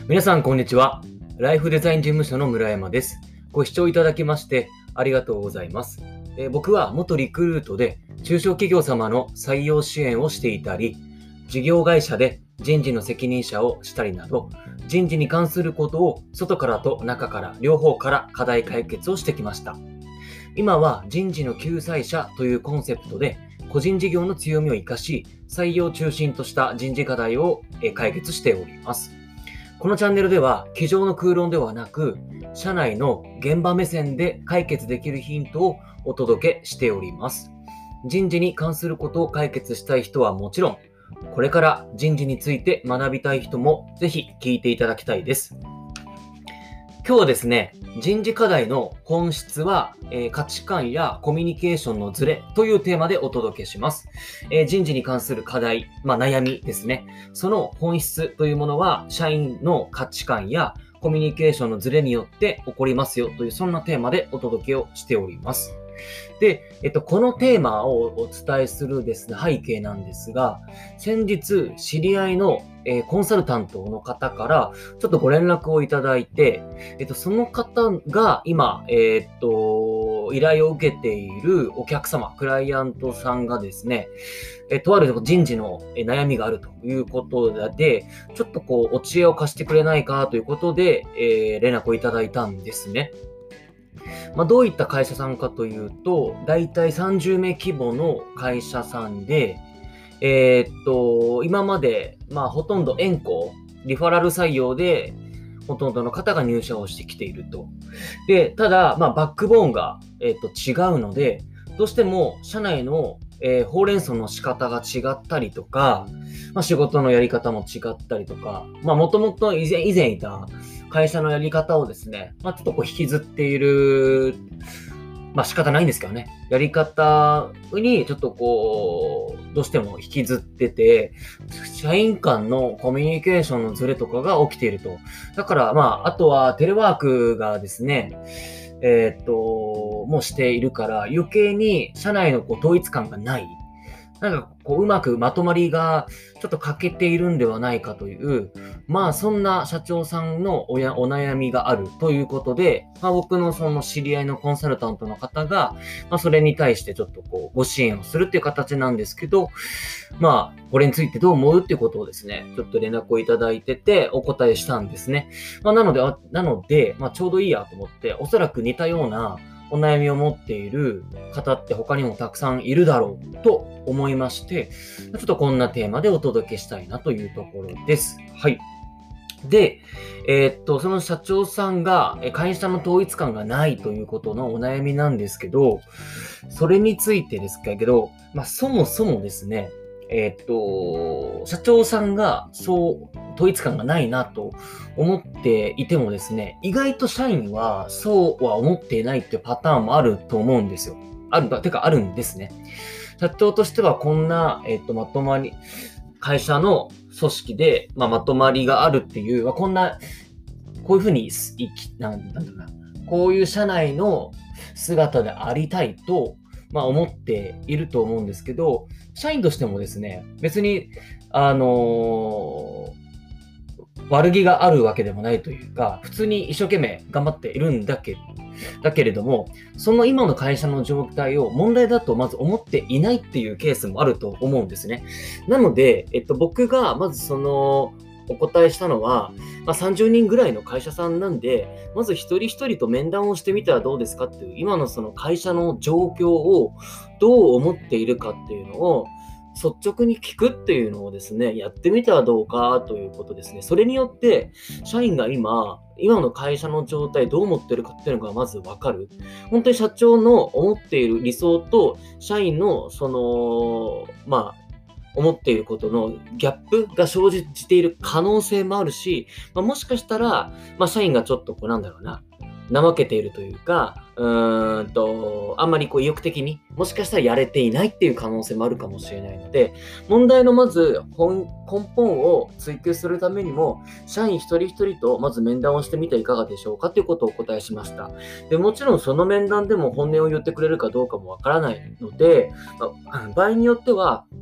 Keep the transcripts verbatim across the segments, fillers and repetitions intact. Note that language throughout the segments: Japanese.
皆さんこんにちは。ライフデザイン事務所の村山です。ご視聴いただきましてありがとうございます。えー僕は元リクルートで中小企業様の採用支援をしていたり、事業会社で人事の責任者をしたりなど、人事に関することを外からと中から両方から課題解決をしてきました。今は人事の救済者というコンセプトで、個人事業の強みを生かし、採用中心とした人事課題をえー解決しております。このチャンネルでは、机上の空論ではなく、社内の現場目線で解決できるヒントをお届けしております。人事に関することを解決したい人はもちろん、これから人事について学びたい人もぜひ聞いていただきたいです。今日はですね、人事課題の本質は、えー価値観やコミュニケーションのズレというテーマでお届けします。えー人事に関する課題、まあ、悩みですね。その本質というものは、社員の価値観やコミュニケーションのズレによって起こりますよという、そんなテーマでお届けをしております。で、えっと、このテーマをお伝えするですね、背景なんですが、先日、知り合いの、えーコンサルタントの方から、ちょっとご連絡をいただいて、えっと、その方が今、えーっと、依頼を受けているお客様、クライアントさんがですね、えーとある人事のえー悩みがあるということで、ちょっとこう、お知恵を貸してくれないかということで、えー連絡をいただいたんですね。まあ、どういった会社さんかというと、だいたいさんじゅうめい規模の会社さんで、えーっと、今まで、まあ、ほとんど援校、リファラル採用で、ほとんどの方が入社をしてきていると。で、ただ、まあ、バックボーンが、えーっと違うので、どうしても社内の、えーほうれん草の仕方が違ったりとか、まあ、仕事のやり方も違ったりとか、まあ、もともと以前、以前いた会社のやり方をですね、まあ、ちょっとこう引きずっている、まあ仕方ないんですけどね。やり方にちょっとこう、どうしても引きずってて、社員間のコミュニケーションのズレとかが起きていると。だからまあ、あとはテレワークがですね、えーっと、もうしているから余計に社内のこう統一感がない。なんかこううまくまとまりがちょっと欠けているんではないかという、まあそんな社長さんのおやお悩みがあるということで、まあ、僕のその知り合いのコンサルタントの方が、まあ、それに対してちょっとこうご支援をするっていう形なんですけど、まあこれについてどう思うっていうことをですね、ちょっと連絡をいただいててお答えしたんですね。まあ、なので、あなので、まあ、ちょうどいいやと思って、おそらく似たようなお悩みを持っている方って他にもたくさんいるだろうと思いまして、ちょっとこんなテーマでお届けしたいなというところです。はい。で、えーっと、その社長さんがえ会社の統一感がないということのお悩みなんですけど、それについてですけど、まあ、そもそもですね、えーっと、社長さんがそう統一感がないなと思っていてもですね、意外と社員はそうは思っていないっていうパターンもあると思うんですよ。ある、てかあるんですね。社長としてはこんな、えーっと、まとまり、会社の組織で、まあ、まとまりがあるっていう、まあ、こんな、こういうふうに生き、なんなんだろうな、こういう社内の姿でありたいと、まあ、思っていると思うんですけど、社員としてもですね、別に、あのー悪気があるわけでもないというか、普通に一生懸命頑張っているんだけだけれども、その今の会社の状態を問題だとまず思っていないっていうケースもあると思うんですね。なので、えっと、僕がまずその、お答えしたのは、まあ、さんじゅうにんぐらいの会社さんなんで、まず一人一人と面談をしてみたらどうですかっていう、今のその会社の状況をどう思っているかっていうのを、率直に聞くっていうのをですね、やってみたらどうかということですね。それによって、社員が今、今の会社の状態どう思ってるかっていうのがまずわかる。本当に社長の思っている理想と、社員のその、まあ、思っていることのギャップが生じている可能性もあるし、まあ、もしかしたら、まあ、社員がちょっとこうなんだろうな、怠けているというか、うーんと、あんまりこう意欲的に、もしかしたらやれていないっていう可能性もあるかもしれないので、問題のまず本根本を追求するためにも、社員一人一人とまず面談をしてみてはいかがでしょうかということをお答えしました。で、もちろんその面談でも本音を言ってくれるかどうかもわからないので、まあ場合によっては、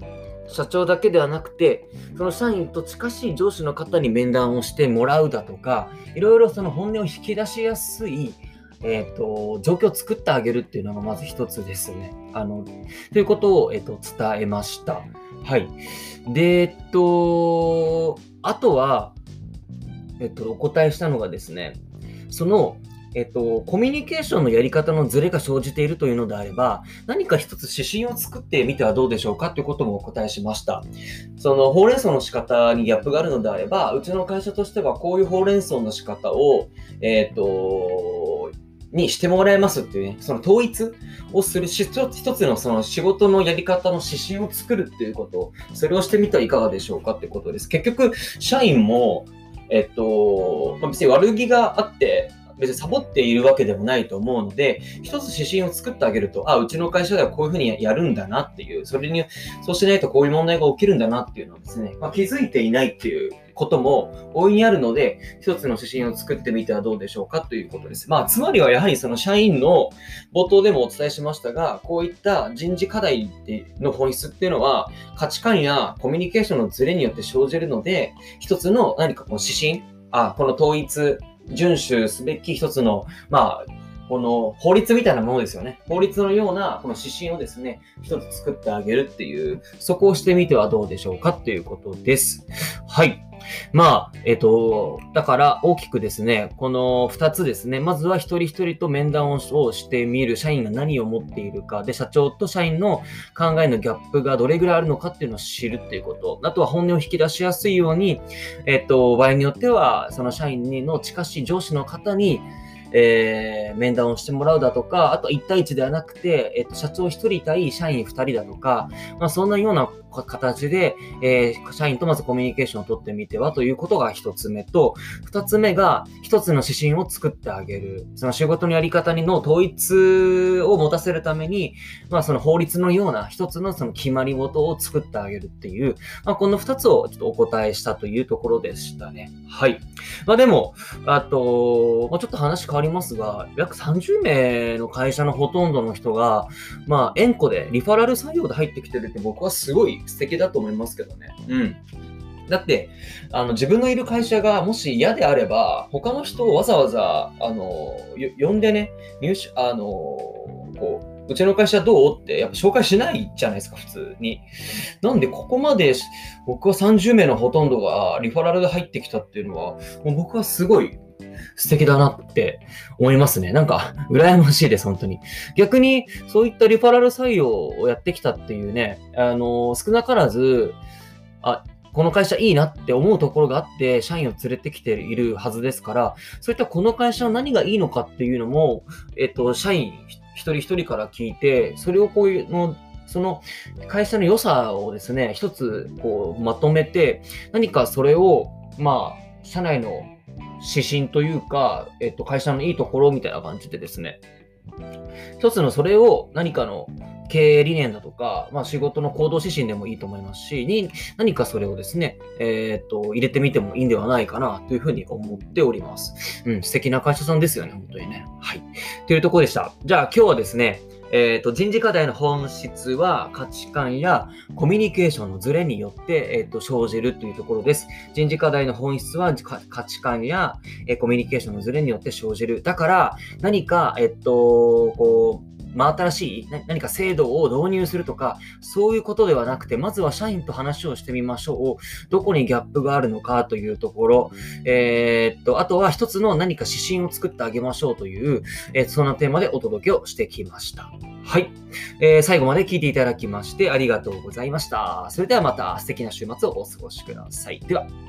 社長だけではなくて、その社員と近しい上司の方に面談をしてもらうだとか、いろいろその本音を引き出しやすい、えーと、状況を作ってあげるっていうのがまず一つですね。あの、ということを、えーと、伝えました。はい。で、えっと、あとは、えっと、お答えしたのがですね、その、えっと、コミュニケーションのやり方のズレが生じているというのであれば、何か一つ指針を作ってみてはどうでしょうかということもお答えしました。その、ほうれん草の仕方にギャップがあるのであれば、うちの会社としてはこういうほうれん草の仕方を、えっと、にしてもらえますっていうね、その統一をする一つのその仕事のやり方の指針を作るっていうこと、それをしてみてはいかがでしょうかってことです。結局、社員も、えっと、別に悪気があって、別にサボっているわけでもないと思うので、一つ指針を作ってあげると、あ、うちの会社ではこういうふうにやるんだなっていう、それに、そうしないとこういう問題が起きるんだなっていうのをですね、まあ、気づいていないっていうことも大いにあるので、一つの指針を作ってみてはどうでしょうかということです。まあ、つまりはやはりその社員の冒頭でもお伝えしましたが、こういった人事課題の本質っていうのは、価値観やコミュニケーションのズレによって生じるので、一つの何かこの指針、あ、この統一、遵守すべき一つの、まあ、この法律みたいなものですよね。法律のようなこの指針をですね、一つ作ってあげるっていう、そこをしてみてはどうでしょうかっていうことです。はい。まあ、えっと、だから大きくですね、この二つですね、まずは一人一人と面談をしてみる、社員が何を持っているか、で、社長と社員の考えのギャップがどれぐらいあるのかっていうのを知るっていうこと。あとは本音を引き出しやすいように、えっと、場合によっては、その社員の近しい上司の方に、えー、面談をしてもらうだとか、あといち対いちではなくて、えっと、社長ひとり対社員ふたりだとか、まあ、そんなような形で、えー、社員とまずコミュニケーションを取ってみてはということが一つ目と、二つ目が一つの指針を作ってあげる。その仕事のやり方にの統一を持たせるために、まあその法律のような一つのその決まり事を作ってあげるっていう、まあこの二つをちょっとお答えしたというところでしたね。はい。まあでも、あと、まあ、ちょっと話変わりますが、約さんじゅうめいの会社のほとんどの人が、まあ縁故でリファラル採用で入ってきてるって僕はすごい素敵だと思いますけどね。うん。だって、あの、自分のいる会社がもし嫌であれば、他の人をわざわざ、あの、呼んでね、入社、あの、こう、うちの会社どうってやっぱ紹介しないじゃないですか、普通に。なんで、ここまで僕はさんじゅうめいのほとんどがリファラルで入ってきたっていうのは、もう僕はすごい素敵だなって思いますね。なんか、羨ましいです、本当に。逆に、そういったリファラル採用をやってきたっていうね、あの、少なからず、あ、この会社いいなって思うところがあって、社員を連れてきているはずですから、そういったこの会社の何がいいのかっていうのも、えっと、社員一人一人から聞いて、それをこういうの、その会社の良さをですね、一つこうまとめて、何かそれを、まあ、社内の指針というか、えっと、会社のいいところみたいな感じでですね、一つのそれを何かの経営理念だとか、まあ仕事の行動指針でもいいと思いますし、に何かそれをですね、えっと、入れてみてもいいんではないかなというふうに思っております。うん、素敵な会社さんですよね、本当にね。はい。というところでした。じゃあ今日はですね、えっと、人事課題の本質は価値観やコミュニケーションのズレによって、えっと、生じるというところです。人事課題の本質は価値観や、えー、コミュニケーションのズレによって生じる。だから、何か、えっと、こう、まあ、新しい何か制度を導入するとか、そういうことではなくて、まずは社員と話をしてみましょう。どこにギャップがあるのかというところ、えー、っと、あとは一つの何か指針を作ってあげましょうという、えー、そんなテーマでお届けをしてきました。はい、えー。最後まで聞いていただきましてありがとうございました。それではまた素敵な週末をお過ごしください。では。